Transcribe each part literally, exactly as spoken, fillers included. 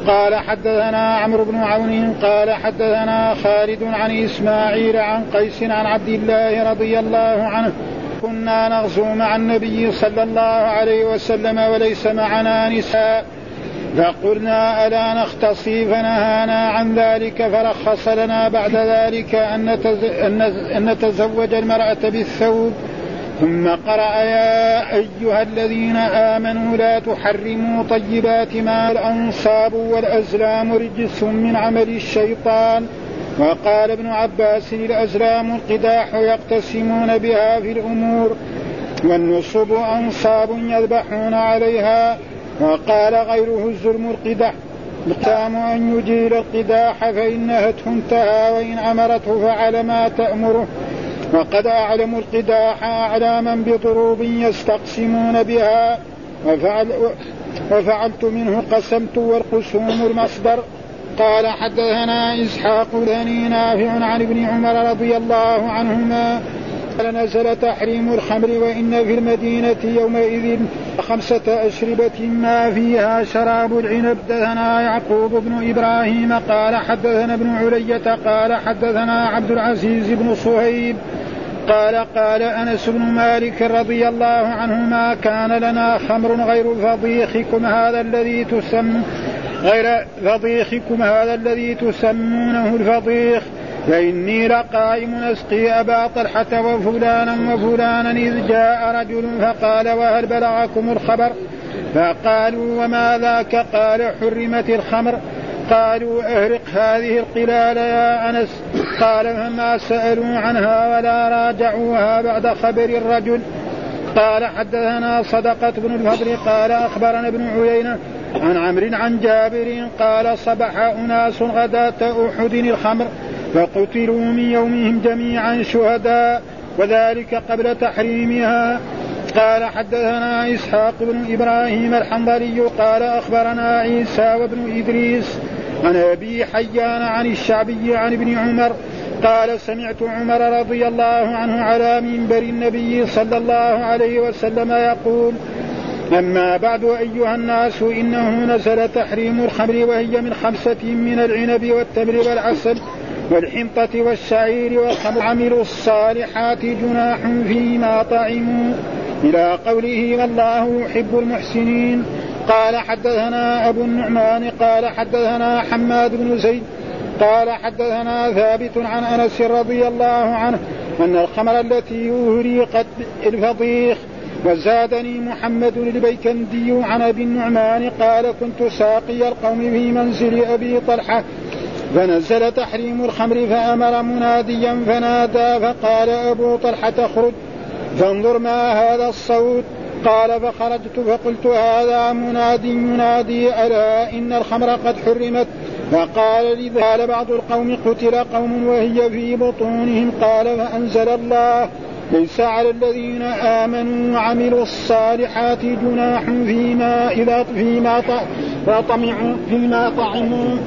قال حدثنا عمرو بن عون قال حدثنا خالد عن إسماعيل عن قيس عن عبد الله رضي الله عنه كنا نغزو مع النبي صلى الله عليه وسلم وليس معنا نساء فقلنا ألا نختصي فنهانا عن ذلك فرخص لنا بعد ذلك أن نتزوج المرأة بالثوب. ثم قرأ يا أيها الذين آمنوا لا تحرموا طيبات ما الأنصاب والأزلام رجس من عمل الشيطان. وقال ابن عباس الأزلام القداح يقتسمون بها في الأمور والنصب أنصاب يذبحون عليها. وقال غيره الزلم القداح القام أن يجيل القداح فإن نهته انتهى وإن أمرته فعل ما تأمره. وقد أعلم القداح أعلاما بضروب يستقسمون بها وفعل وفعلت منه قسمت والقسوم المصدر. قال حدثنا إسحاق بن نافع عن ابن عمر رضي الله عنهما قال نزل تحريم الخمر وإن في المدينة يومئذ خمسة أشربة ما فيها شراب العنب. حدثنا يعقوب بن إبراهيم قال حدثنا ابن علية قال حدثنا عبد العزيز بن صهيب قال قال أنس بن مالك رضي الله عنهما كان لنا خمر غير فضيخكم هذا الذي تسمى غير فضيخكم هذا الذي تسمونه الفضيخ فإني لقائم أسقي أبا طلحة وفلانا وفلانا إذ جاء رجل فقال وهل بلغكم الخبر؟ فقالوا وما ذاك؟ قال حرمت الخمر. قالوا أهرق هذه القلال يا أنس. قال فما سألوا عنها ولا راجعوها بعد خبر الرجل. قال حدثنا صدقة بن الفضل قال أخبرنا ابن عيينة عن عمرو عن جابر قال صبح أناس غداة أحد الخمر فقتلوا من يومهم جميعا شهداء وذلك قبل تحريمها. قال حدثنا إسحاق بن إبراهيم الحنظلي قال أخبرنا عيسى وابن إدريس عن أبي حيان عن الشعبي عن ابن عمر قال سمعت عمر رضي الله عنه على منبر النبي صلى الله عليه وسلم يقول أما بعد أيها الناس إنه نزل تحريم الخمر وهي من خمسة من العنب والتمر والعسل والحنطة والشعير والخمر عملوا الصالحات جناح فيما طعموا إلى قوله والله يحب المحسنين. قال حدثنا أبو النعمان قال حدثنا حماد بن زيد قال حدثنا ثابت عن أنس رضي الله عنه أن الخمر التي يهريقت الفضيخ. وزادني محمد البيكندي عن أبي النعمان قال كنت ساقي القوم في منزل أبي طلحة فنزل تحريم الخمر فأمر مناديا فنادى فقال أبو طلحة اخرج فانظر ما هذا الصوت. قال فخرجت فقلت هذا منادي ينادي ألا إن الخمر قد حرمت. فقال لي قال بعض القوم قتل قوم وهي في بطونهم. قال فأنزل الله ليس على الذين آمنوا وعملوا الصالحات جناح فيما إذا فيما طعموا فيما طعموا.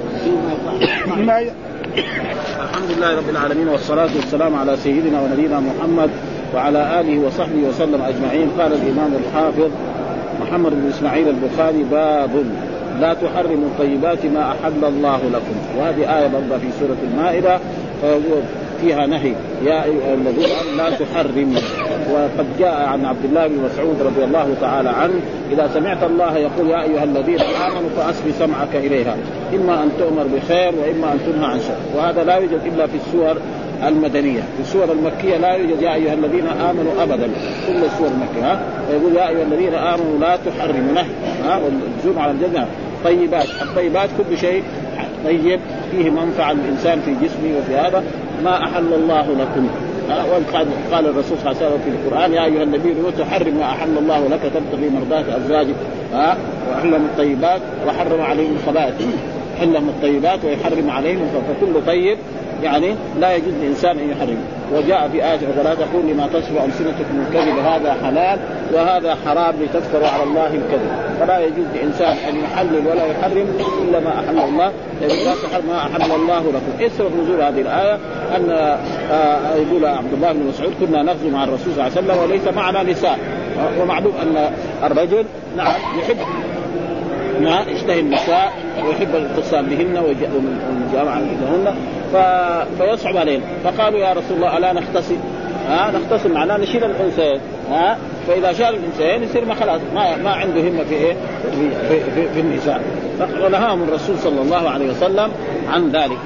الحمد لله رب العالمين والصلاة والسلام على سيدنا ونبينا محمد وعلى آله وصحبه وسلم أجمعين. قال الإمام الحافظ محمد بن إسماعيل البخاري باب لا تحرموا طيبات ما أحل الله لكم. وهذه آية برضه في سورة المائدة فيها نهي يا أيها الذين لا تحرموا. وقد جاء عن عبد الله بن مسعود رضي الله تعالى عنه إذا سمعت الله يقول يا أيها الذين آمنوا فأصغ سمعك إليها إما أن تؤمر بخير وإما أن تنهى عن شر. وهذا لا يوجد إلا في السور المدنية. في السور المكية لا يوجد يا أيها الذين آمنوا أبدا كل السور المكية ها يقول يا أيها الذين آمنوا لا تحرموا نهي ها والزوم على الجنة. طيبات الطيبات كل شيء طيب فيه منفعة الإنسان في جسمه وفي هذا ما أحل الله لكم. قال الرسول صلى الله عليه وسلم في القرآن يا أيها النبي لا تحرم ما أحل الله لك تبتغي مرضات أزواجك ها وأحلم الطيبات وحرم عليهم الخبائث. حلهم الطيبات ويحرم عليهم فكل طيب يعني لا يجوز لإنسان أن يحرم. وجاء في آية ولا تقول لما تصف ألسنتكم الكذب هذا حلال وهذا حرام لتفتروا على الله الكذب. فلا يجوز لإنسان أن يحلل ولا يحرم إلا ما أحل الله. لا تحرم ما أحل الله لكم. إيه سبب نزول هذه الآية؟ أن آه يقول عبد الله بن مسعود كنا نغزو مع الرسول صلى الله عليه وسلم وليس معنا نساء. ومعلوم أن الرجل نعم يحب ما يشتهي النساء ويحب الاتصال بهن والجامعة لهن فيصعب عليهم. فقالوا يا رسول الله ألا نختصي؟ ها نختصم معناه نشيل الأنثيين، ها فإذا شال الأنثيين يصير ما خلاص ما ما عنده همة في إيه في, في, في, في النساء. فنهاهم الرسول صلى الله عليه وسلم عن ذلك.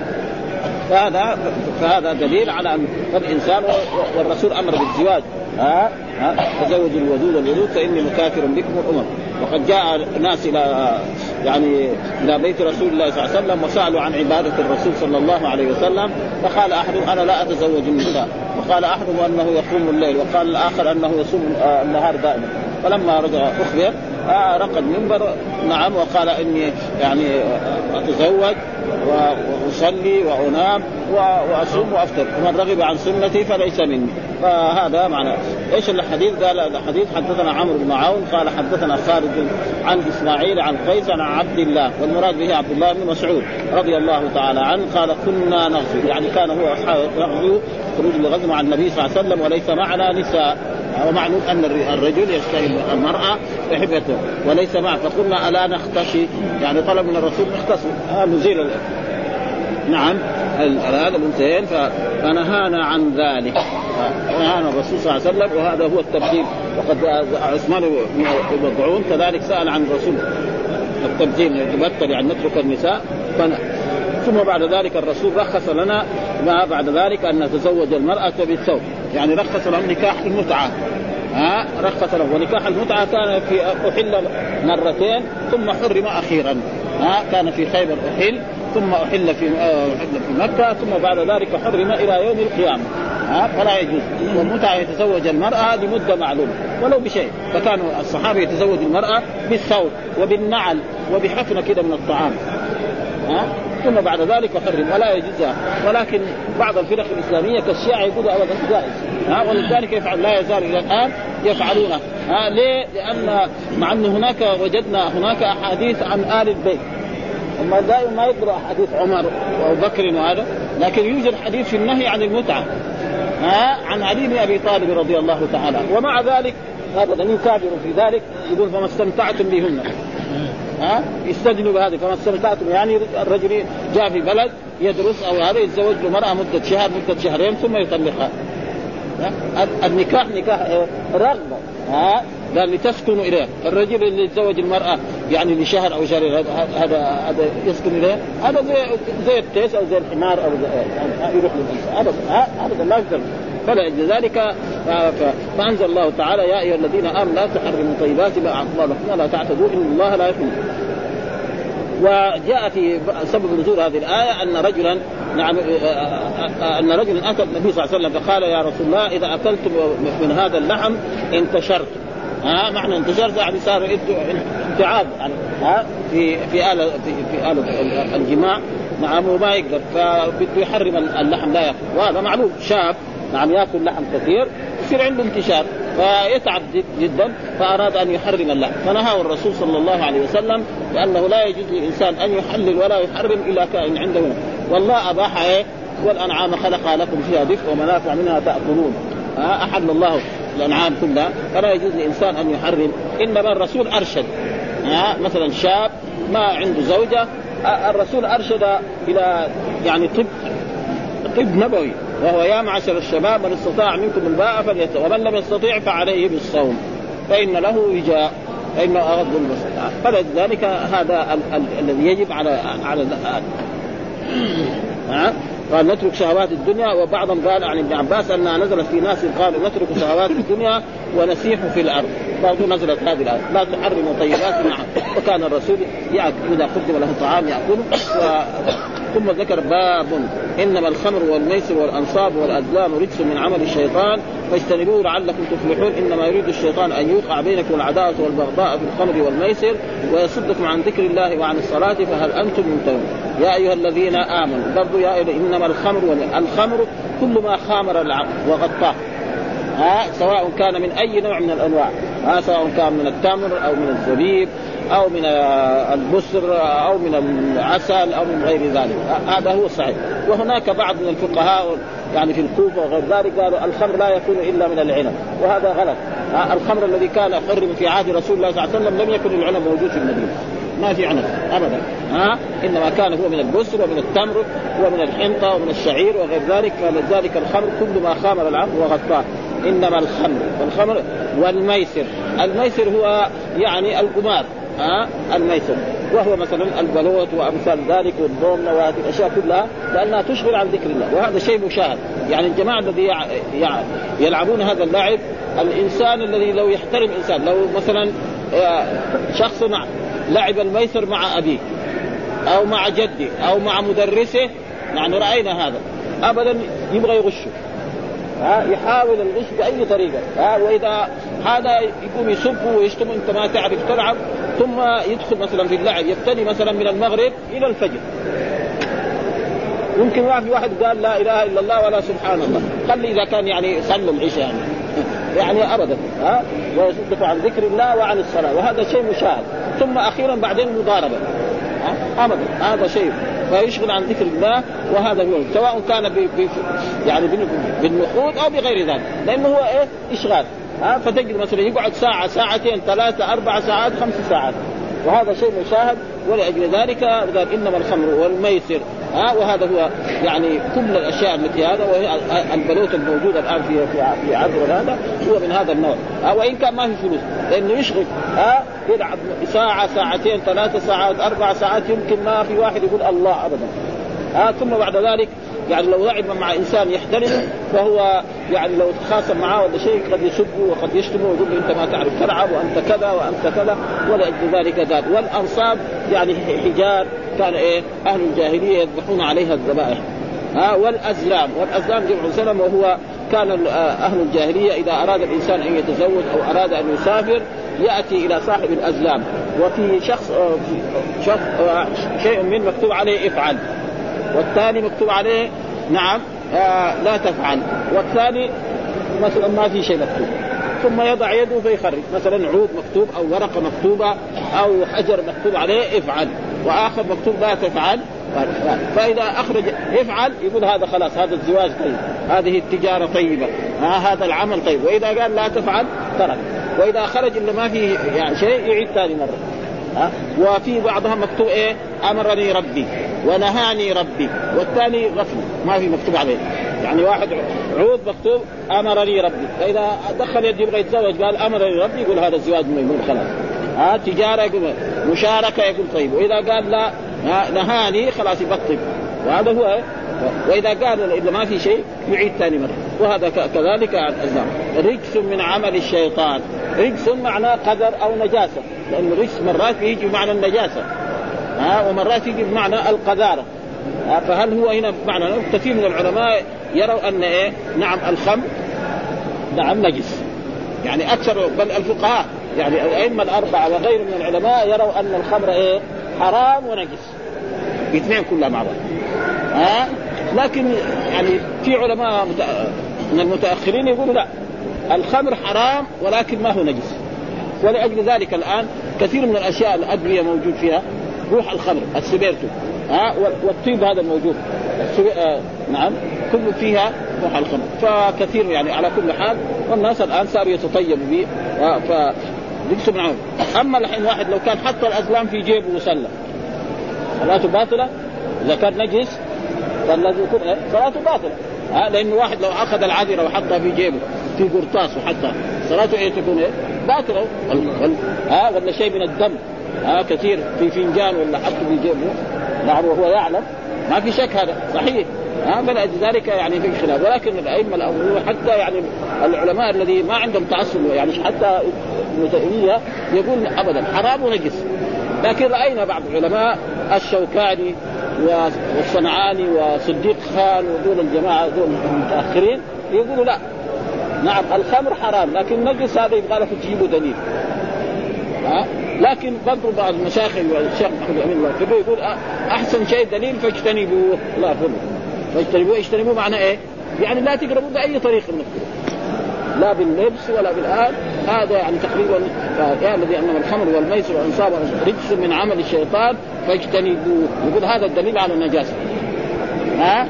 فهذا فهذا دليل على أن الإنسان والرسول أمر بالزواج، ها ها تزوجوا الودود والودود فإني مكافر بكم الأمم. وقد جاء ناس إلى يعني إلى بيت رسول الله صلى الله عليه وسلم وسألوا عن عبادة الرسول صلى الله عليه وسلم، فقال أحدهم أنا لا أتزوج النساء، وقال أحدهم أنه يقوم الليل، وقال الآخر أنه يصوم النهار دائما. فلما رجع أخبر آه رقد منبر نعم وقال إني يعني أتزوج وأصلي وأنام وأصوم وأفطر، ومن رغب عن سنتي فليس مني. فهذا معنى إيش الحديث؟ قال الحديث حدثنا عمرو بن عون قال حدثنا خالد عن إسماعيل عن قيس عن عبد الله، والمراد به عبد الله بن مسعود رضي الله تعالى عنه قال كنا نغزو، يعني كان هو أصحاب يغزو خروج الغزو مع النبي صلى الله عليه وسلم وليس معنا نساء، ومعلوم أن الرجل يشتهي المرأة يحبته وليس معه. فقلنا ألا نختشي، يعني طلب من الرسول نختصي آه نزيل نعم هذا الأنثيين، فنهانا عن ذلك، نهانا الرسول صلى الله عليه وسلم، وهذا هو التبديل. وقد عثمان بن مظعون كذلك سأل عن الرسول التبديل يتبتل يعني نترك النساء، ثم بعد ذلك الرسول رخص لنا ما بعد ذلك أن نتزوج المرأة بالثوب، يعني رخص لهم نكاح المتعة، ها رخص له. ونكاح المتعة كان في أحل مرتين ثم حرم أخيرا، ها كان في خيبر أحل ثم أحل في أحل في مكة ثم بعد ذلك حرم إلى يوم القيامة، ها فلا يجوز. والمتعة يتزوج المرأة لمدة معلومة ولو بشيء، فكانوا الصحابة يتزوج المرأة بالثوب وبالنعل وبحفنة كده من الطعام، ها ثم بعد ذلك حرم ولا يجوزها. ولكن بعض الفرق الإسلامية كالشيعة يقولوا أبدا جائز، ها ولذلك يفعل لا يزال إلى الآن يفعلونه. ها ليه؟ لأن مع أن هناك وجدنا هناك أحاديث عن آل البيت، هم دائما ما يقرأ حديث عمر وأبو بكر وهذا، لكن يوجد حديث في النهي عن المتعة ها عن علي بن أبي طالب رضي الله تعالى، ومع ذلك هذا يكابر في ذلك يقول فما استمتعتم بهن، ها يستدلوا بهذا فما استمتعتم، يعني الرجل جاء في بلد يدرس أو هذا يتزوج بمرأة مدة شهر مدة شهرين ثم يطلقها. النكاح نكاح رغبة، ها قال لتسكنوا إليه. الرجل اللي يتزوج المرأة يعني لشهر أو شهرين هذا هذا يسكن إليه، هذا زي زي التيس أو زي الحمار أو زي يعني يروح للإنسان، هذا هذا لا يقدر. فلذلك فأنزل الله تعالى يا أيها الذين آمنوا لا تحرموا طيبات ما أحل الله لكم ولا تعتدوا إن الله لا يحب. وجاء في سبب نزول هذه الآية أن رجلا نعم أن رجلا أتى النبي صلى الله عليه وسلم فقال يا رسول الله إذا أكلتم من هذا اللحم انتشرت، ها معنى انتشرت يعني صار انتعاب يعني ها في في آلة في, في آلة الجماع نعم وما يقدر، فبده يحرم اللحم لا يأكل. وهذا معلوم شاب نعم يأكل لحم كثير يصير عنده انتشار فيتعب جدا، فأراد أن يحرم اللحم فنهاه الرسول صلى الله عليه وسلم لأنه لا يجوز للإنسان أن يحلل ولا يحرم إلا كائن عنده. والله أباح إيه والأنعام خلق لكم فيها دفء ومنافع منها تأكلون، أحل الله الأنعام كلها فلا يجوز للإنسان أن يحرم. إنما الرسول أرشد، مثلا شاب ما عنده زوجة الرسول أرشد إلى يعني طب طب نبوي، وهو يا معشر الشباب من استطاع منكم الباء فليتزوج ومن لم يستطيع فعليه بالصوم فإن له وجاء فإنه أغض البصر. فلذلك هذا الذي يجب على على ها قال نترك شهوات الدنيا. وبعضهم قال عن ابن عباس أنها نزلت في ناس قالوا نترك شهوات الدنيا ونسيح في الأرض، برضو نزلت هذه الآية لا تحرموا طيبات النعم. وكان الرسول يأكل إذا قدم له طعام يأكله. ثم ذكر باب إنما الخمر والميسر والأنصاب والأزلام رجس من عمل الشيطان فاجتنبوه لعلكم تفلحون إنما يريد الشيطان أن يوقع بينكم العداوة والبغضاء في الخمر والميسر ويصدكم عن ذكر الله وعن الصلاة فهل أنتم منتهون. يا أيها الذين آمنوا برضو يا أيها إنما الخمر والخمر كل ما خامر العقل وغطاه، ها سواء كان من أي نوع من الأنواع، ها سواء كان من التمر أو من الزبيب أو من البسر أو من العسل أو من غير ذلك، هذا هو الصحيح. وهناك بعض من الفقهاء يعني في الكوفة وغير ذلك قالوا الخمر لا يكون إلا من العنب، وهذا غلط. الخمر الذي كان حرم في عهد رسول الله صلى الله عليه وسلم لم يكن العنب موجود في المدينة، ما في عنف أبدا، ها إنما كان هو من البسر ومن التمر ومن الحنطة ومن الشعير وغير ذلك. فلذلك الخمر كل ما خامر العقل وغطاه. إنما الخمر والخمر والميسر، الميسر هو يعني القمار، ها الميسر وهو مثلا البلوت وأمثال ذلك والضمنة وهذه الأشياء كلها لأنها تشغل عن ذكر الله، وهذا شيء مشاهد. يعني الجماعة الذي يلعبون هذا اللعب، الإنسان الذي لو يحترم إنسان، لو مثلا شخص لعب الميسر مع أبيه أو مع جده أو مع مدرسه، يعني رأينا هذا أبدا يبغى يغشه، ها يحاول الغش بأي طريقة، ها وإذا هذا يقوم يسبه ويشتم أنت ما تعرف تلعب، ثم يدخل مثلا في اللعب يبتدي مثلا من المغرب إلى الفجر. يمكن ما في واحد قال لا إله إلا الله ولا سبحان الله، خلي إذا كان يعني صلى العشاء يعني يعني أبدا، ها ويصدق عن ذكر الله وعن الصلاة، وهذا شيء مشاهد. ثم أخيرا بعدين مضاربة، ها أبدا هذا شيء فيشغل عن ذكر الله، وهذا هو سواء كان ب يعني بالنقود أو بغير ذلك، لأنه هو إيه إشغال، ها فتجد مثلا يقعد ساعة ساعتين ثلاثة أربع ساعات خمس ساعات، وهذا شيء مشاهد. ولأجل ذلك قال إنما الخمر والميسر، ها وهذا هو يعني كل الأشياء التي هذا، وهي البلوت الموجودة الآن في في في عبر هذا هو من هذا النوع، ها وإن كان ما في فلوس لأنه يشغل، ها يلعب ساعة ساعتين ثلاثة ساعات أربع ساعات، يمكن ما في واحد يقول الله أبدا، ها ثم بعد ذلك يعني لو لعب مع إنسان يحترمه فهو يعني لو تخاصم معه ولا شيء قد يسبه وقد يشتمه ويقول له أنت ما تعرف تلعب وأنت كذا وأنت كذا، ولأجل ذلك ذات. والأنصاب يعني حجار كان إيه أهل الجاهلية يذبحون عليها الذبائح، ها والأزلام، والأزلام جمع سلم، وهو كان أهل الجاهلية إذا أراد الإنسان أن يتزوج أو أراد أن يسافر يأتي إلى صاحب الأزلام، وفي شخص شخص شيء من مكتوب عليه افعل، والثاني مكتوب عليه نعم آه لا تفعل، والثاني مثلا ما في شيء مكتوب، ثم يضع يده فيخرج مثلا عود مكتوب أو ورقة مكتوبة أو حجر مكتوب عليه افعل، وآخر مكتوب لا تفعل. فإذا أخرج افعل يقول هذا خلاص هذا الزواج طيب، هذه التجارة طيبة، ها هذا العمل طيب. وإذا قال لا تفعل ترك، وإذا خرج إلا ما في يعني شيء يعيد ثاني مرة. ها وفي بعضها مكتوب إيه أمرني ربي ونهاني ربي، والثاني غفل ما في مكتوب عليه، يعني واحد عود مكتوب أمرني ربي، فإذا دخل يد يبغى يتزوج قال أمرني ربي يقول هذا الزواج ميمون خلاص. ها تجارة يقول مشاركة يقول طيب، وإذا قال لا نهاني خلاص يبطل، وهذا هو. وإذا قال إذا ما في شيء يعيد ثاني مرة. وهذا كذلك الأزلام رجس من عمل الشيطان. رجس معناه قدر أو نجاسة، لأن الرجس مرات يجي بمعنى النجاسة، ها ومرات يجي بمعنى القذارة. فهل هو هنا بمعنى؟ كثير من العلماء يروا أن إيه نعم الخمر نعم نجس، يعني أكثر بل الفقهاء يعني الأئمة الأربعة وغير من العلماء يروا أن الخمر إيه حرام ونجس، يتبعوا كلها مع بعض. ها لكن يعني في علماء من المتأخرين يقولوا لا الخمر حرام ولكن ما هو نجس. ولأجل ذلك الآن كثير من الأشياء الأدوية موجود فيها روح الخمر السبيرتو، ها والطيب هذا الموجود آه نعم كله فيها روح الخمر. فكثير يعني على كل حال والناس الآن صاروا يتطيبوا به آه فلبسوا من عمر. أما الحين واحد لو كان حط الأزلام في جيبه وسلم صلاته باطلة، إذا كان نجس فالذي يكون إيه صلاته باطلة، ها لأنه واحد لو أخذ العذرة وحطها في جيبه في قرطاس وحطها صلاته إيه تكون إيه باطلة. ها ولا شيء من الدم ها كثير في فنجان ولا حطه في جيبه نعم وهو يعلم ما في شك هذا صحيح. ها فلذلك يعني في خلاف. ولكن الأئمة الأولون حتى يعني العلماء الذي ما عندهم تعصب يعني حتى ابن تيمية يقول أبدا حرام ونجس. لكن رأينا بعض العلماء الشوكاني والصنعاني وصديق خان ودول الجماعة دول المتأخرين يقولوا لا نعم الخمر حرام لكن نجس، هذا يبغى لك تجيبوا دليل. ها لكن برضو بعض المشايخ والشيخ محمد أمين الله كبير يقول أحسن شيء دليل فاجتنبوه. لا فهموا فاجتنبوه اجتنبوه معنى إيه يعني لا تقربوا بأي طريق من الطرق، لا باللبس ولا بالآل. هذا يعني تقريبا يا الذي أنما الخمر والميسر والأنصاب رجس من عمل الشيطان فاجتنبوه. يقول هذا الدليل على النجاسة. ها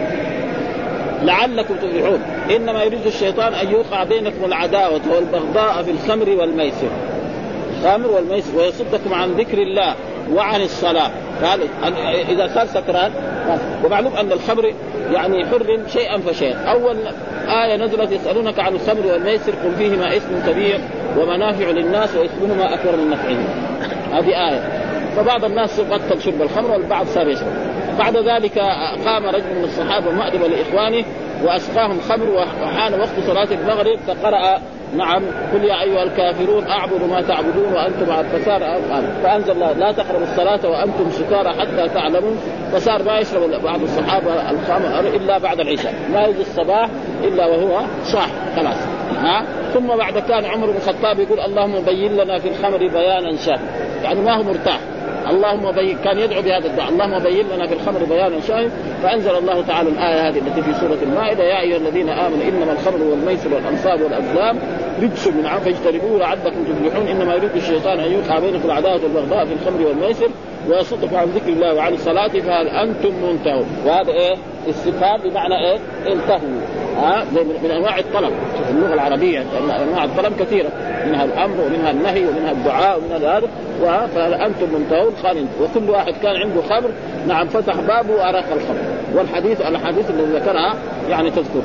لعلكم تفلحون. إنما يريد الشيطان أن يوقع بينكم العداوة والبغضاء في الخمر والميسر، الخمر والميسر ويصدكم عن ذكر الله وعن الصلاة. قال إذا صار سكران. ومعلوم أن الخمر يعني حرم شيئا فشيئا. أول آية نزلت يسألونك عن الخمر والميسر قل فيهما اسم كبير ومنافع للناس واسمهما أكبر من نفعهما. هذه آية. فبعض الناس بطل شرب الخمر والبعض صار يشرب. بعد ذلك قام رجل من الصحابة مؤدبا لإخوانه وأسقاهم خمر وحان وقت صلاة المغرب فقرأ نعم قل يا أيها الكافرون أعبد ما تعبدون وأنتم على الفسار. فأنزل الله لا تقربوا الصلاة وأنتم سكارى حتى تعلمون. فصار ما يشرب بعض الصحابة الخمر إلا بعد العشاء ما يجي الصباح إلا وهو صاح خلاص. ها ثم بعد كان عمر بن الخطاب يقول اللهم بين لنا في الخمر بيانا شافيا يعني ما هو مرتاح. اللهم بين كان يدعو بهذا الدعاء اللهم بين لنا في الخمر بيانا شافيا. فأنزل الله تعالى الآية هذه التي في سورة المائدة يا أيها الذين آمنوا إنما الخمر والميسر والأنصاب والأزلام رجس من عمل فاجتنبوه لعلكم تفلحون إنما يريد الشيطان أن يوقع بينكم العداوة والبغضاء في الخمر والميسر ويصدكم عن ذكر الله وعن الصلاة فهل أنتم منتهون. وهذا إيه استفهام بمعنى إيه انتهوا. ها زي من أنواع الطلب في اللغة العربية أنواع الطلب كثيرة منها الأمر ومنها النهي ومنها الدعاء ومنها هذا. فهل أنتم منتهون قال وكل واحد كان عنده خمر نعم فتح بابه وأراق الخمر. والحديث الحديث الذي ذكرها يعني تذكر.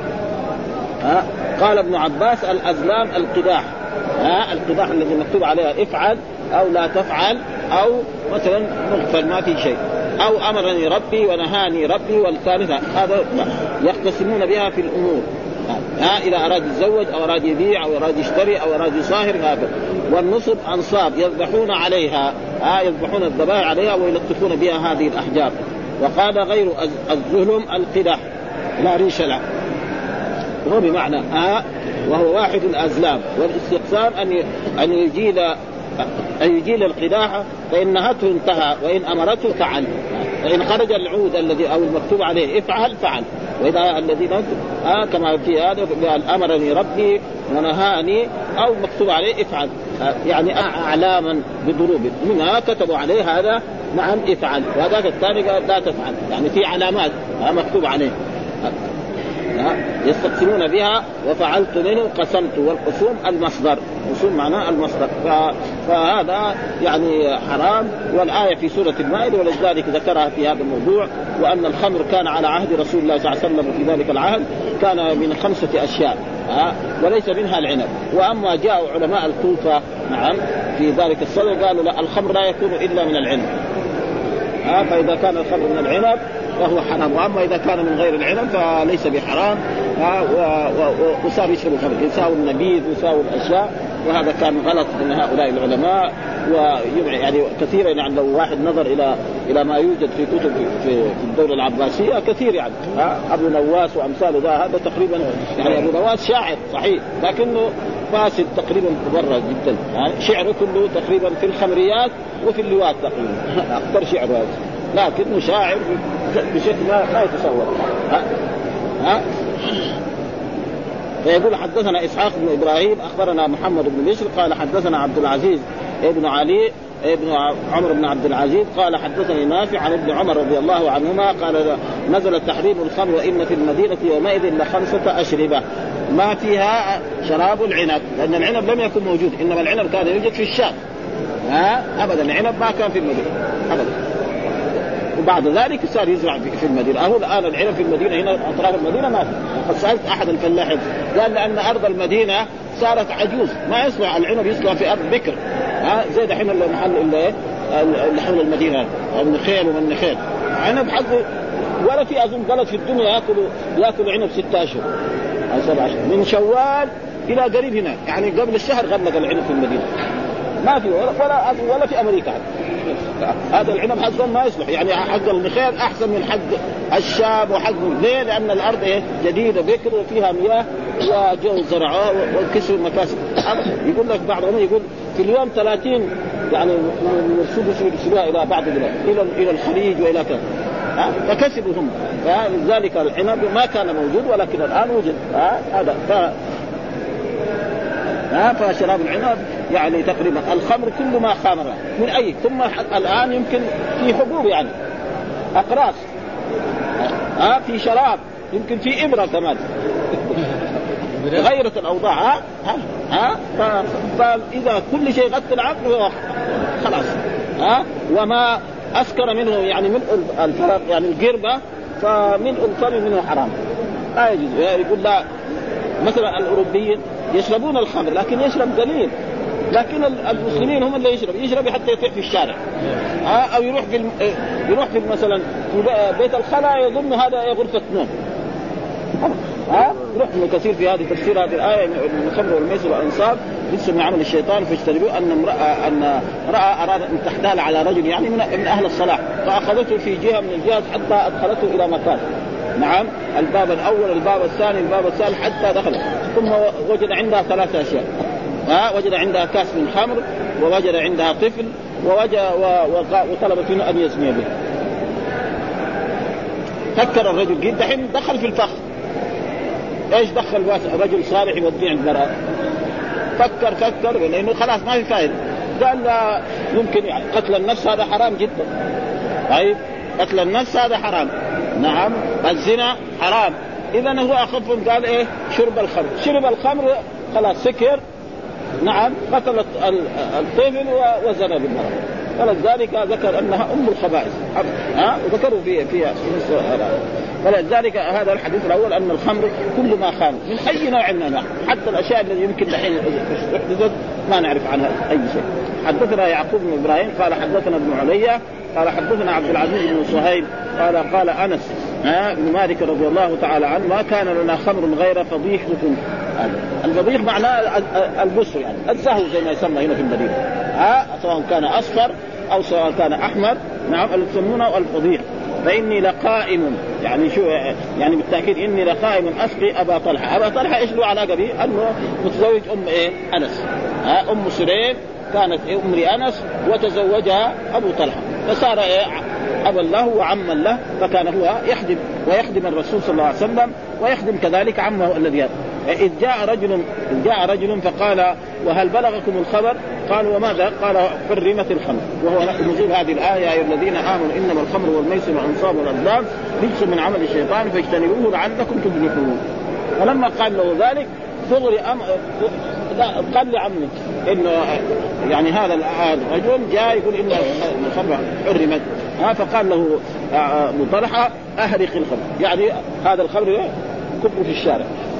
ها قال ابن عباس الأزلام القداح. ها القداح الذي مكتوب عليها افعل أو لا تفعل أو مثلا مغفل ما في شيء أو أمرني ربي ونهاني ربي. والثالثة هذا يختصمون بها في الأمور. ها إذا أراد يتزوج أو أراد يبيع أو أراد يشتري أو أراد يصاهر هذا. والنصب أنصاب يذبحون عليها. ها يذبحون الذبائح عليها ويلطفون بها هذه الأحجار. وقال غير الزهلم القدح لا ريش له وهو بمعنى ها وهو واحد الأزلام. والاستقسام أن أن يجيل أن يجيل القداح فإن نهته انتهى وإن أمرته فعل. فإن خرج العود الذي أو المكتوب عليه افعل فعل. وإذا الذي آه كما في هذا قال أمرني ربي ونهاني أو مكتوب عليه افعل آه يعني أعلاما بضروب منها كتبوا عليه هذا نعم افعل. وهذا الثاني قال لا تفعل يعني في علامات آه مكتوب عليه آه يستقسمون بها وفعلت منه قسمت. والقسوم المصدر قسوم معناه المصدر. فهذا يعني حرام. والآية في سورة المائدة ولذلك ذكرها في هذا الموضوع. وأن الخمر كان على عهد رسول الله صلى الله عليه وسلم في ذلك العهد كان من خمسة أشياء ها وليس منها العنب. وأما جاءوا علماء الكوفة نعم في ذلك الصدر قالوا لا الخمر لا يكون إلا من العنب. ها فإذا كان الخمر من العنب فهو حرام. وأما إذا كان من غير العنب فليس بحرام. وصار يشرب الخمر يساوي النبيذ ويساوي الأشياء. وهذا كان غلط من هؤلاء العلماء. ويعني كثيرا يعني لو واحد نظر إلى إلى ما يوجد في كتب في الدولة العباسية كثير يعني أبو نواس وأمثاله ذا هذا تقريبا يعني أبو نواس شاعر صحيح لكنه فاسد تقريبا مبرر جدا. شعره كله تقريبا في الخمريات وفي اللواط تقريبا أكثر شعر هذا لكنه شاعر بشكل ما لا يتصور. ها ها فيقول حدثنا إسحاق بن إبراهيم أخبرنا محمد بن بشر قال حدثنا عبد العزيز ابن علي ابن عمر بن عبد العزيز قال حدثني نافع عن ابن عمر رضي الله عنهما قال نزل تحريم الخمر وإن في المدينة يومئذ لخمسة أشربة ما فيها شراب العنب لأن العنب لم يكن موجود إنما العنب كان يوجد في الشام. ها أبدا العنب ما كان في المدينة أبدا. وبعد ذلك صار يزرع في المدينة. أهو الآن العنب في المدينة هنا أطراف المدينة ما في. فسألت أحد الفلاحين قال لأن أرض المدينة صارت عجوز ما يصلح العنب يصلح في أرض بكر. ها زي دحين المحل اللي اللي حول المدينة النخيل ومن النخيل عنب حقه ولا في أظن بلد في الدنيا يأكلوا يأكلوا عنب ستة أشهر أو سبعة أشهر من شوال إلى قريب هنا يعني قبل الشهر غلق العنب في المدينة ما في ولا ولا, ولا في أمريكا. هذا العنب حقا ما يصلح يعني حق النخيل أحسن من حق الشاب وحق ليه لأن الأرض إيه جديدة بكر وفيها مياه وجو زرعه وكسر مكاسب. يقول لك بعضهم يقول في اليوم ثلاثين يعني يرسلوا يرسلوها إلى بعض البلاد إلى إلى الخليج وإلى كذا فكسبوا هم. فلذلك العنب ما كان موجود ولكن الآن وجد. هذا ف ها فشراب العنب يعني تقريبا الخمر كل ما خمر من أي ثم الآن يمكن في حبوب يعني أقراص ها في شراب يمكن في إبرة كمان غيرت الأوضاع. ها ها فإذا كل شيء غطى العقل خلاص ها وما أسكر منه يعني ملء الفرق يعني القربة فملء الفم منه حرام لا يجوز. يقول لا مثلا الأوروبيين يشربون الخمر لكن يشرب قليل، لكن المسلمين هم اللي يشرب يشرب حتى يطيح في الشارع ها أو يروح في الم... يروح في مثلا في بيت الخلاء يظن هذا غرفة نوم ها يروح ابن كثير في هذه تفسير هذه الآية من الخمر والميسر والأنصاب رجس من عمل الشيطان فاجتنبوه أن امرأة أن امرأة أراد أن تحتال على رجل يعني من من أهل الصلاح فأخذته في جهة من الجهات حتى أدخلته إلى مكان نعم الباب الأول الباب الثاني الباب الثالث حتى دخل ثم وجد عندها ثلاثة أشياء ها وجد عندها كاس من خمر ووجد عندها طفل ووجد وطلبت منه أن يزني به. فكر الرجل جدا حين دخل في الفخ ايش دخل رجل صالح يوديه عند مرأة فكر فكر لأنه خلاص ما في فائدة قال لا يمكن يعني قتل النفس هذا حرام جدا طيب قتل النفس هذا حرام نعم الزنا حرام إذن هو أخف قال إيه شرب الخمر شرب الخمر خلاص سكر نعم قتل الطفل وزنى بالمرأة فلذلك ذكر أنها أم الخبائث ها وذكروا في في فلذلك هذا الحديث الأول أن الخمر كل ما خان من أي نوع من الأنواع حتى الأشياء التي يمكن الحين تحدث ما نعرف عنها أي شيء. حدثنا يعقوب بن إبراهيم قال حدثنا ابن عليا قال حدثنا عبد العزيز بن صهيب قال قال أنس بن مالك رضي الله تعالى عنه ما كان لنا خمر غير فضيح لكم. الفضيح معناه البصر يعني الزهو زي ما يسمى هنا في المدينة ها سواء كان أصفر أو سواء كان أحمر نعم يسمونه الفضيح. فإني لقائم يعني شو يعني بالتأكيد إني لقائم أسقي أبا طلحة. أبا طلحة إيش له علاقة به؟ أنه متزوج أم إيه أنس ها أم سليم كانت أم لأنس وتزوجها أبو طلحة فصار إيه أبا له وعما له فكان هو يخدم ويخدم الرسول صلى الله عليه وسلم ويخدم كذلك عمه الذي هذا. إذ جاء رجل إذ جاء رجل فقال وهل بلغكم الخبر؟ قالوا وماذا؟ قال حرمت الخمر وهو نزول هذه الآية يا أيها الذين آمنوا إنما الخمر والميسر والأنصاب والأزلام رجس من عمل الشيطان فاجتنبوه لعلكم تفلحون. فلما قال له ذلك دغري أم قال لعمه إنه يعني هذا الرجل جاء يقول إن الخمر حرمت ها فقال له أبو طلحة أهرق الخمر يعني هذا الخمر كبه في الشارع.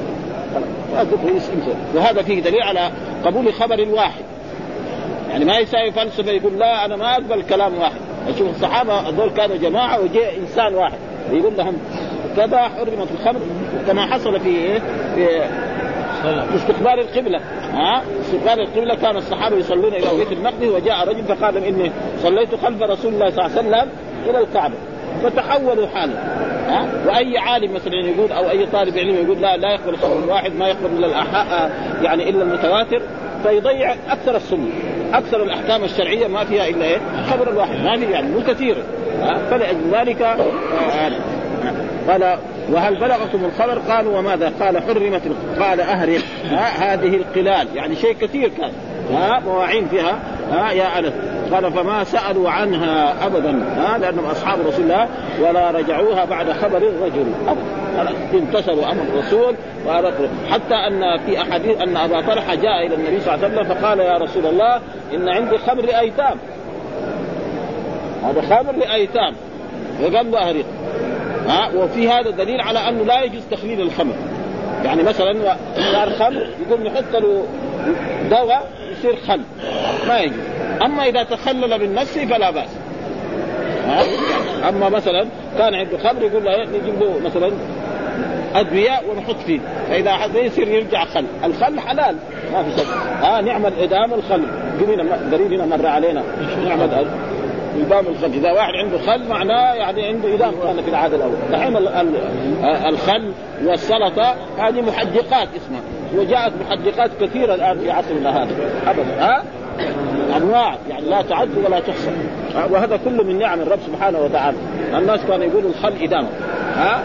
وهذا فيه دليل على قبول خبر الواحد يعني ما يساوي فلسفة يقول لا أنا ما أقبل كلام واحد. أشوف الصحابة دول كانوا جماعة وجاء إنسان واحد يقول لهم كذا حرمت الخمر كما حصل في في استقبال القبلة ها استقبال القبلة كان الصحابة يصلون إلى بيت المقدس وجاء رجل فقال لهم إني صليت خلف رسول الله صلى الله عليه وسلم إلى الكعبة فتحولوا حاله ها وأي عالم مثلا يقول أو أي طالب علم يقول لا لا يقبل خبر الواحد ما يقبل إلا الأحاء يعني إلا المتواتر فيضيع أكثر السنة أكثر الأحكام الشرعية ما فيها إلا إيه خبر الواحد ما في يعني مو كثير فلأجل ذلك آه قال وهل بلغكم الخبر؟ قالوا وماذا؟ قال حرمت قال أهرق هذه القلال يعني شيء كثير كان ها مواعين فيها ها يا أنس. قال فما سألوا عنها أبدا ها لأنهم أصحاب رسول الله ولا رجعوها بعد خبر الرجل انتصروا أمر الرسول حتى أن في أحاديث أن أبا طلحة جاء إلى النبي صلى الله عليه وسلم فقال يا رسول الله إن عندي خمر أيتام هذا خمر لأيتام وقال له أهرق ها وفي هذا دليل على أنه لا يجوز تخليل الخمر يعني مثلا صار خمر يقول نحط له دواء يصير خل ما يجوز. أما إذا تخلل بالنفس فلا بأس ها؟ أما مثلا كان عنده خمر يقول له نجيب له مثلا أدوية ونحط فيه فإذا حد يصير يرجع خل الخل حلال ما في شك ها نعمل إدام الخل قريب هنا مر علينا نعمل إدام الخل إذا واحد عنده خل معناه يعني عنده إدام كان في العادة الأول. دحين الخل والسلطة هذه محدقات اسمها وجاءت محدقات كثيرة الآن في عصرنا هذا أبدا ها أنواع يعني لا تعد ولا تحصى وهذا كله من نعم الرب سبحانه وتعالى. الناس كانوا يقولوا الخل إدام ها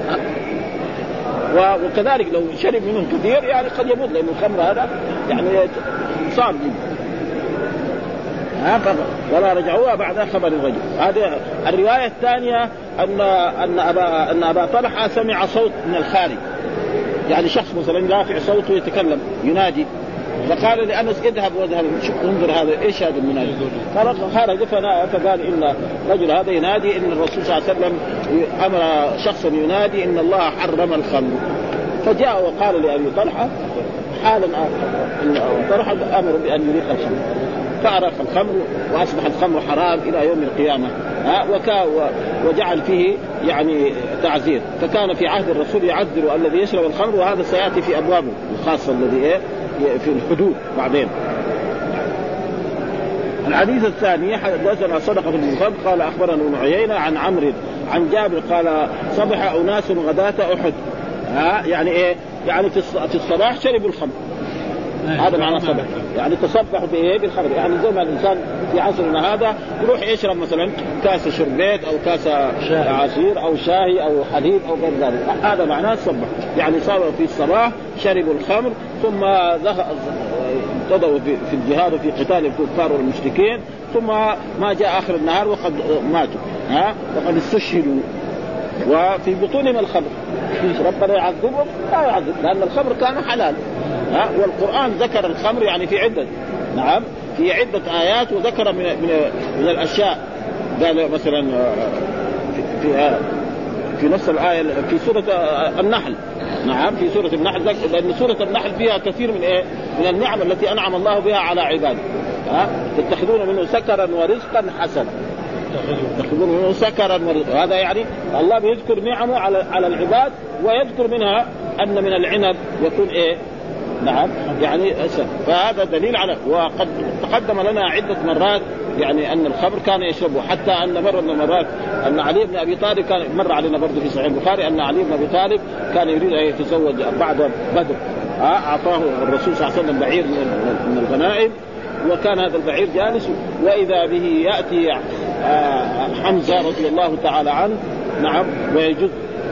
وكذلك لو شرب منهم كثير يعني قد يموت لأن الخمر هذا يعني صعب جدا ها ولا رجعوها بعد خبر الرجل. هذه الرواية الثانية أن أن أبا أن أبا طلحة سمع صوت من الخارج يعني شخص مثلا رافع صوته يتكلم ينادي فقال لأنس اذهب واذهب انظر هذا ايش هذا المنادي. خرج فقال ان رجل هذا ينادي ان الرسول صلى الله عليه وسلم امر شخصا ينادي ان الله حرم الخمر. فجاء وقال لأبي طلحة حالا طلحة امر بأن يريق الخمر، فأرق الخمر وأصبح الخمر حرام إلى يوم القيامة. ها وكا وجعل فيه يعني تعزير، فكان في عهد الرسول يعذر الذي يشرب الخمر، وهذا سيأتي في أبوابه الخاصة الذي إيه في الحدود بعدين. الحديث الثاني حدثنا صدقة بن الخمر قال أخبرنا ابن عيينة عن عمرو عن جابر قال صبح أناس غداة أحد. ها يعني إيه يعني في الصباح شربوا الخمر، هذا معنى صبح يعني تصبحوا بايه بالخمر. يعني زي ما الانسان في عصرنا هذا يروح يشرب مثلا كاس شربات او كاس عصير او شاي او حليب او غير ذلك، هذا معناه صبح يعني صار في الصباح شربوا الخمر. ثم ابتدوا في الجهاد في قتال الكفار والمشركين، ثم ما جاء اخر النهار وقد ماتوا ها وقد استشهدوا وفي بطونهم الخمر. ربنا يعذبهم لا يعذب لأن الخمر كان حلال. ها والقرآن ذكر الخمر يعني في عدة نعم في عدة آيات، وذكر من من, من الأشياء. قال مثلا في في, في نفس الآية في سورة النحل نعم في سورة النحل، لأن سورة النحل فيها كثير من إيه من النعم التي أنعم الله بها على عباده. ها تتخذون منه سكرا ورزقا حسنا، تأخذون منه سكرا ورزقا. هذا يعني الله بيذكر نعمه على على العباد، ويذكر منها أن من العنب يكون إيه نعم يعني أسر. فهذا دليل على. وقد تقدم لنا عدة مرات يعني أن الخمر كان يشربه، حتى أن مرة من المرات أن علي بن أبي طالب كان مر علينا برضه في صحيح البخاري أن علي بن أبي طالب كان يريد أن يتزوج بعد بدر. أعطاه الرسول صلى الله عليه وسلم بعير من الغنائم، وكان هذا البعير جالس وإذا به يأتي حمزة رضي الله تعالى عنه نعم ويجد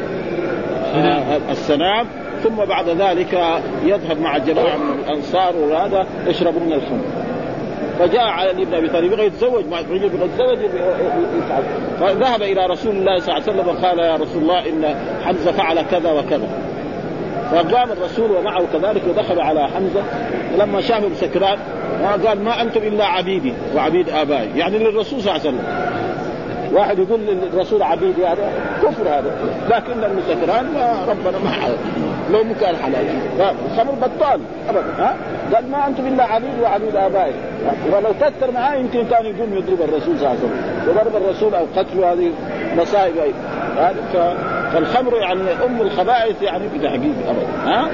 السنام، ثم بعد ذلك يذهب مع جماعة من الأنصار وهذا يشربون الخمر. فجاء علي بن أبي طالب يبغى يتزوج مع رجل يبغى يتزوج يفعل، فذهب إلى رسول الله صلى الله عليه وسلم وقال يا رسول الله إن حمزة فعل كذا وكذا. فقام الرسول ومعه كذلك ودخل على حمزة، لما شافه سكران قال ما أنتم إلا عبيدي وعبيد آبائي، يعني للرسول صلى الله عليه وسلم. واحد يقول للرسول عبيدي هذا كفر هذا، لكن المسكران ربنا ما حل لو مكان حلال الخمر بطال أبدا. ها قال ما أنتم إلا عبيد وعبيد آبائي، ولو كثر معاه يمكن كان يقوم يضرب الرسول صلى الله عليه وسلم، وضرب الرسول أو قتله هذه مصائب. فالخمر يعني أم الخبائث يعني بتحقيق أبدا. ها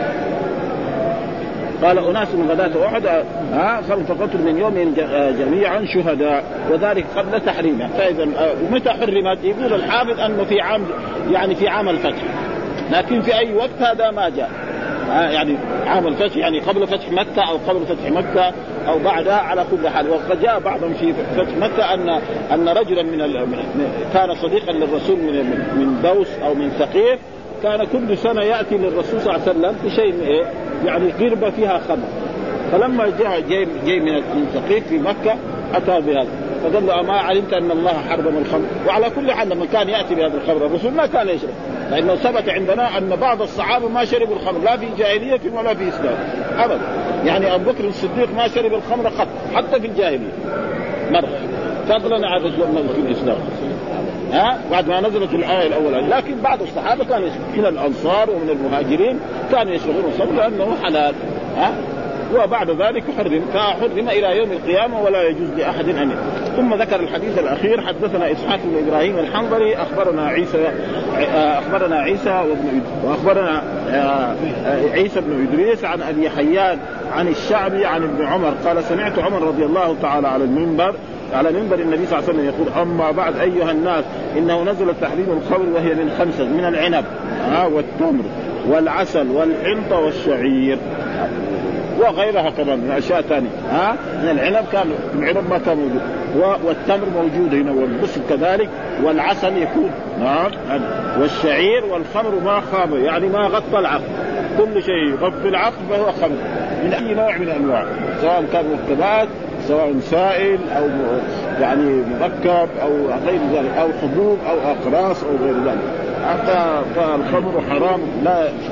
قال أناس من غداة أحد ها فقتل من يوم جميعا شهداء، وذلك قبل تحريمه. فإذا ومتى حرمت؟ يقول الحافظ أنه في عام يعني في عام الفتح، لكن في أي وقت هذا ما جاء. يعني عام الفتح يعني قبل فتح مكة أو قبل فتح مكة أو بعدها على كل حال. وقد جاء بعضهم في فتح مكة أن أن رجلا من كان صديقا للرسول من من دوس أو من ثقيف، كان كل سنة يأتي للرسول صلى الله عليه وسلم بشيء من إيه يعني قربة فيها خمر. فلما جاء جاي, جاي من ثقيف في مكة أتى بهذا، فقال له أما علمت أن الله حرم الخمر؟ وعلى كل حال لما كان يأتي بهذا الخمر الرسول ما كان يشرب، لأنه ثبت عندنا أن بعض الصحابة ما شربوا الخمر لا في جاهلية ولا في إسلام أبدا. يعني أبو بكر الصديق ما شرب الخمر قط حتى في الجاهلية مرة، فضلا عن في الإسلام ها بعد ما نزلت الآية الأولى. لكن بعض الصحابة كانوا من الأنصار ومن المهاجرين كانوا يشربون الخمر لأنه حلال. ها وبعد ذلك حرم، فحرم إلى يوم القيامة ولا يجوز لأحد أن. ثم ذكر الحديث الأخير حدثنا إسحاق بن إبراهيم الحنظلي أخبرنا عيسى أخبرنا عيسى وأخبرنا عيسى بن إدريس عن أبي حيان عن الشعبي عن ابن عمر قال سمعت عمر رضي الله تعالى على المنبر على منبر النبي صلى الله عليه وسلم يقول أما بعد أيها الناس إنه نزل تحريم الخمر وهي من خمسة من العنب ها والتمر والعسل والحنطة والشعير وغيرها كمان من أشياء ثانية. ها من العنب كان العنب ما كان موجود، والتمر موجود هنا والبسل كذلك، والعسل يكون نعم، والشعير والخمر ما خاب يعني ما غطى العقل، كل شيء يغطي العقل فهو خمر من أي نوع من الأنواع، سواء كان مركبات سواء سائل أو يعني مركب أو غير ذلك أو حبوب أو أقراص أو غير ذلك. حتى فالخمر حرام لا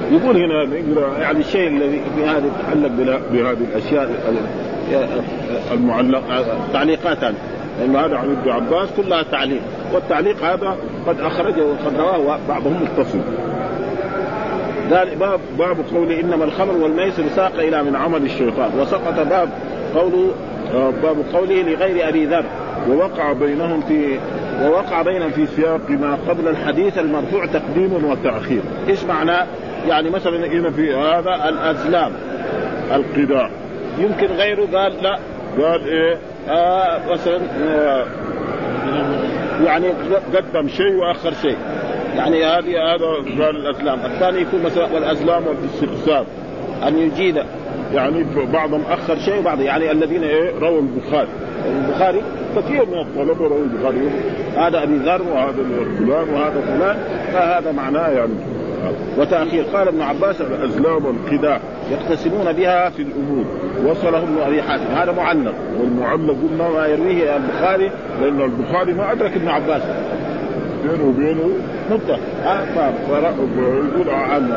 يقول هنا يعني الشيء الذي في هذا يتعلق بهذه الأشياء المعلق تعليقات، لأنه هذا عن ابن عباس كلها تعليق، والتعليق هذا قد أخرجه وقد رواه بعضهم متصل. باب باب قوله إنما الخمر والميسر ساق إلى من عمل الشيطان. وسقط باب قوله باب قوله لغير أبي ذر ووقع بينهم في ووقع بينهم في سياق ما قبل الحديث المرفوع تقديم وتأخير. إيش معناه؟ يعني مثلا هنا في هذا الأزلام القداء، يمكن غيره قال لا، قال إيه آه مثلا آه يعني قدم شيء وآخر شيء، يعني هذه هذا قال الأزلام. الثاني يكون مثلا والأزلام والاستقسام أن يجيد، يعني بعضهم أخر شيء وبعض، يعني الذين إيه رووا البخاري البخاري كثير من الطلبة رووا البخاري، هذا أبي ذر وهذا فلان وهذا فلان، فهذا معناه يعني وتأخير. قال ابن عباس الأزلام والقداء يقتسمون بها في الأمور، وصله ابن أبي حاتم، هذا معلق، والمعلق قلنا ما يرويه البخاري، لأن البخاري ما أدرك ابن عباس بينه وبينه مدة، فيقول عنه.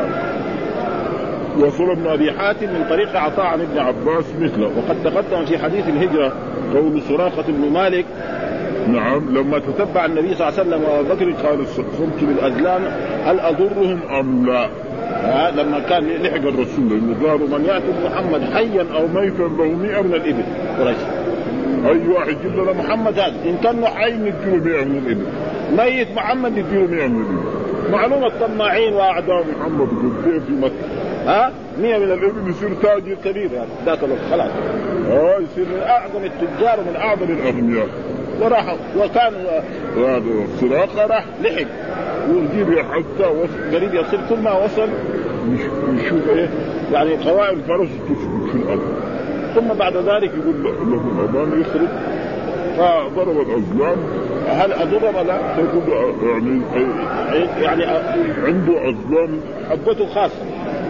وصل ابن أبي حاتم من طريق عطاء عن ابن عباس مثله. وقد تقدم في حديث الهجرة قول سراقة بن مالك نعم لما تتبع النبي صلى الله عليه وسلم وأبو بكر قال صمت بالأزلام هل أضرهم أم لا؟ ها لما كان لحق الرسول، لأنه قالوا من يأتي محمد حيا أو ميتا له مئة من الإبل قريش، أي واحد يجيب له محمد هذا إن كان حي نديله مئة من الإبل، ميت محمد نديله مئة من الإبل. معلومة الطماعين وأعداء محمد قدين في مكة ها مئة من الإبل يصير تاجر كبير يعني ذاك الوقت خلاص، اه يصير من أعظم التجار ومن أعظم الأغنياء. وراح وكان هذا سراقة راح لحق ويجيب حتى وصل قريب يصل، كل ما وصل يشوف ايه يعني قوائم الفرس تثبت في الأرض، ثم بعد ذلك يقول لهم أبان يخرج، فضرب الأزلام هل أضرب ولا تقول يعني يعني عنده أزلام حبته خاصة،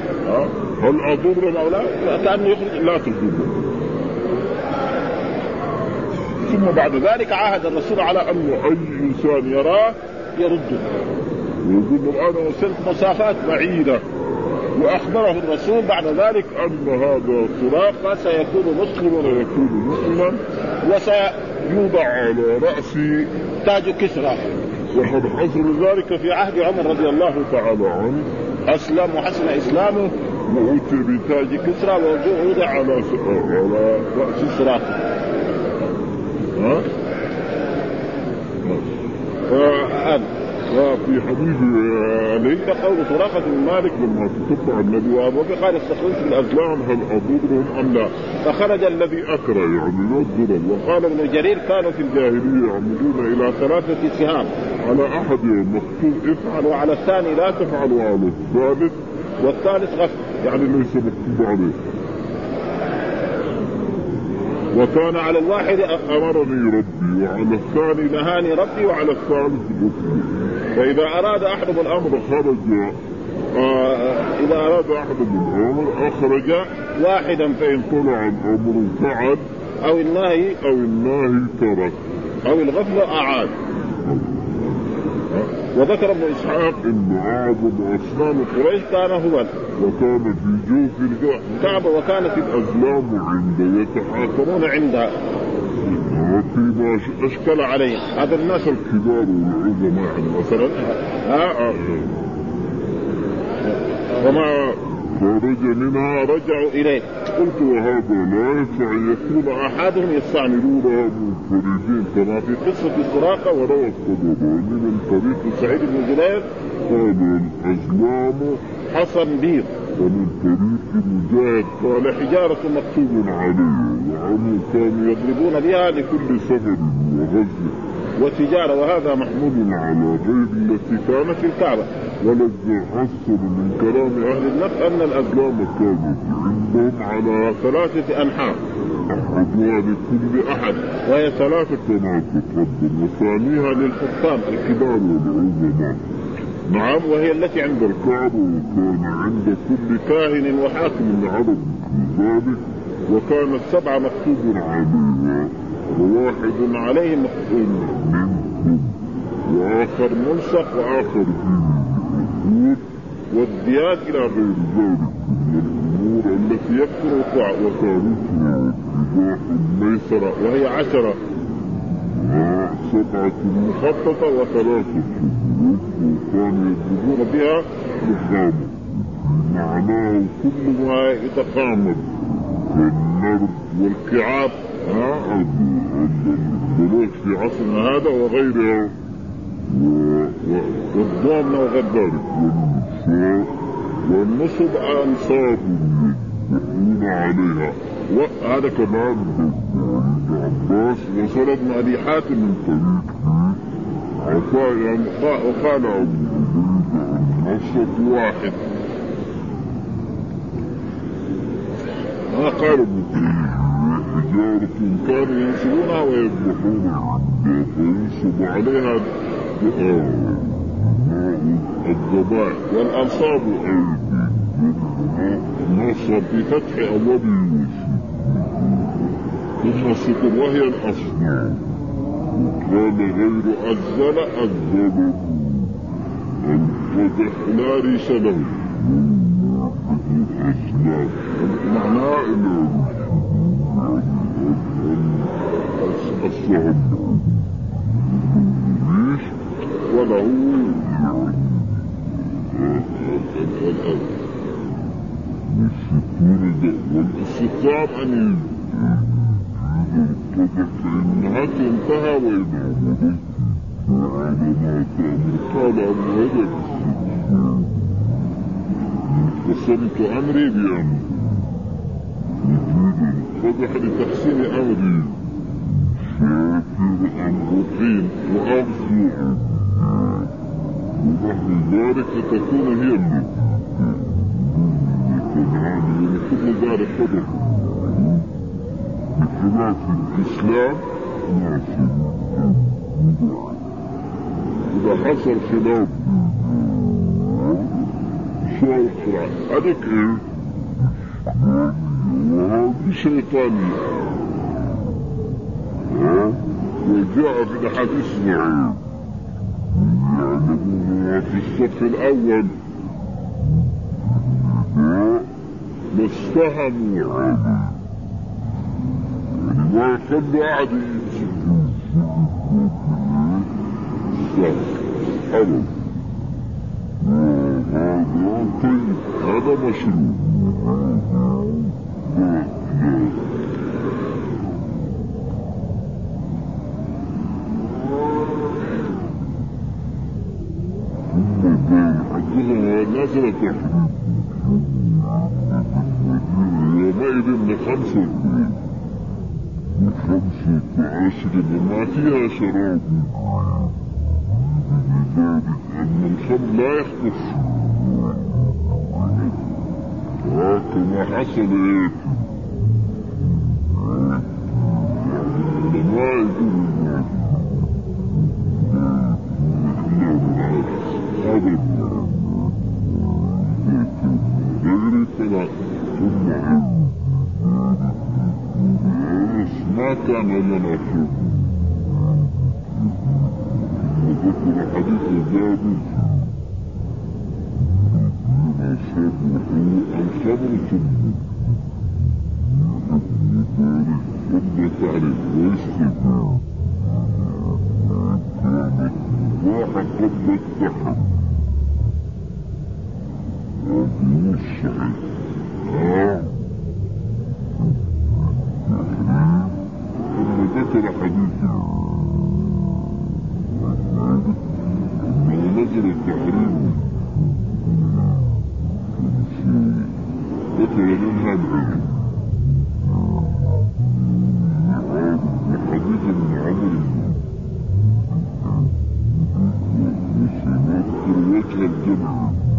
هل أضرب أو لا كأنه يخرج لا تضرب. ثم بعد ذلك عاهد الرسول على أنه أي إنسان يراه يرده، ويقول له أنا وصلت مسافات بعيدة، وأخبره الرسول بعد ذلك أن هذا سراقة سيكون مسلما ويكون مسلما وسيوضع على رأسي تاج كسرى. وقد حصل ذلك في عهد عمر رضي الله تعالى عنه، أسلم وحسن إسلامه وأتي بتاج كسرى ووضع على على رأس سراقة. ها؟ وفي حديث عليه قول سراقة بن مالك لما تتبع النبي وأبو بكر قال استخرجت بالأزلام هل أضرهم أم لا؟ فخرج الذي أكره يعني نضرا. وقال ابن جرير كانوا في الجاهلية يعمدون إلى ثلاثة سهام، على أحد مكتوب افعل وعلى الثاني لا تفعل وعلى الثالث والثالث غفل يعني ليس مكتوب عليه. وكان على الواحد أمرني ربي وعلى الثاني نهاني ربي وعلى الثالث ربي. فإذا أراد أحدهم الأمر خرج آه إذا أراد أحدهم الأمر أخرج واحدا، فإن طلع الأمر فعل أو النهي أو النهي ترك أو الغفل أعاد. وذكر ابن إسحاق إن أعظم أصنام قريش كان هو، وكان في جوف الكعبة وكانت الأزلام عنده يتحاكمون عندها فيما أشكل عليه. هذا الناس الكبار والعظماء مثلا ها وما خرج منها رجعوا إليه. قلت وهذا لا يدفع يكون أحدهم يستعملونها منفردين كما في قصة السراقة. وروى الطبراني من طريق سعيد بن جبير قال الأزلام حصن بيض، ومن طريق مجاهد قال حجارة مكتوب عليه، وعنه كانوا يضربون بها لكل سفر وغزو وتجارة. وهذا محمود على غير التي كانت في الكعبة. ولذا حصل من كلام أهل النقل أن الأزلام كانت عندهم على ثلاثة أنحاء، أحدها لكل أحد وهي ثلاثة كما تقدم، وثانيها للحكام الكبار والعظماء نعم، وهي التي عند الكعبة. وكان عند كل كاهن وحاكم العرب في ذلك، وكان السبعة مكتوب عليها وواحد عليه مكتوب منهم، وآخر ملصق وآخر فيه والديان إلى غير ذلك الأمور التي يكثر وتاركها إباح ميسرة وهي عشرة سبعة مخططة وثلاثة وكانوا يطلبون بها مقامة معناه كل ما يتقامل والنرد والكعاب البلوغ في عصرنا هذا وغيرها والضامنة وغير ذلك والنساء والنصب أنصاب يدفعون عليها وهذا كمان عباس وسند بن أبي حاتم من طريقه عطاء يعني وقال أبو نصب واحد ما قالوا حجارة كانوا ينصبونها ويذبحونها فينصب عليها الضباع والأنصاب أيضا نصب بفتح أوله ثم السطر وهي الأصنام وكان غير أزل أزل الفتح لا ريش له الأسلام معناه إنه السهم ريش وله والاستطاعم أن يتضح فإنها تنتهى ويبعد وعلى ما تأمر قال أبو هدى قسمت أمري بأمر وجود اتضح لتحسين أمري شاكر أن أطين وأغفر ونحن ذلك فتكون هي التي تنعاني ولكل ذلك قدر بخلاف الإسلام ناصر إذا حصل خلاف صار القرآن هذيك إيه وهذه شيطانية وجاء في الحديث معين يعلمون في الصف الأول ما استهموا عليه يعني ما يخلوا أحد يمسكوا حرام هذا طيب هذا مشروع نزل تحريم يومئذ لخمسة خمسة عشر ما فيها شراب لذلك أن الخمر لا يختص كما حصل إيه لما يقول هذا يجري فلا ثم ما كان لنا شيء وذكر حديث جابر أصابه عن صبر ثم ثم تعرف ويستمع كانت واحد قبل التحرم هذه الصحيح ثم ذكر حديثا أنه نزل التحريم ذكر منها العلم حديث ابن عمر وذكر وجه الجمع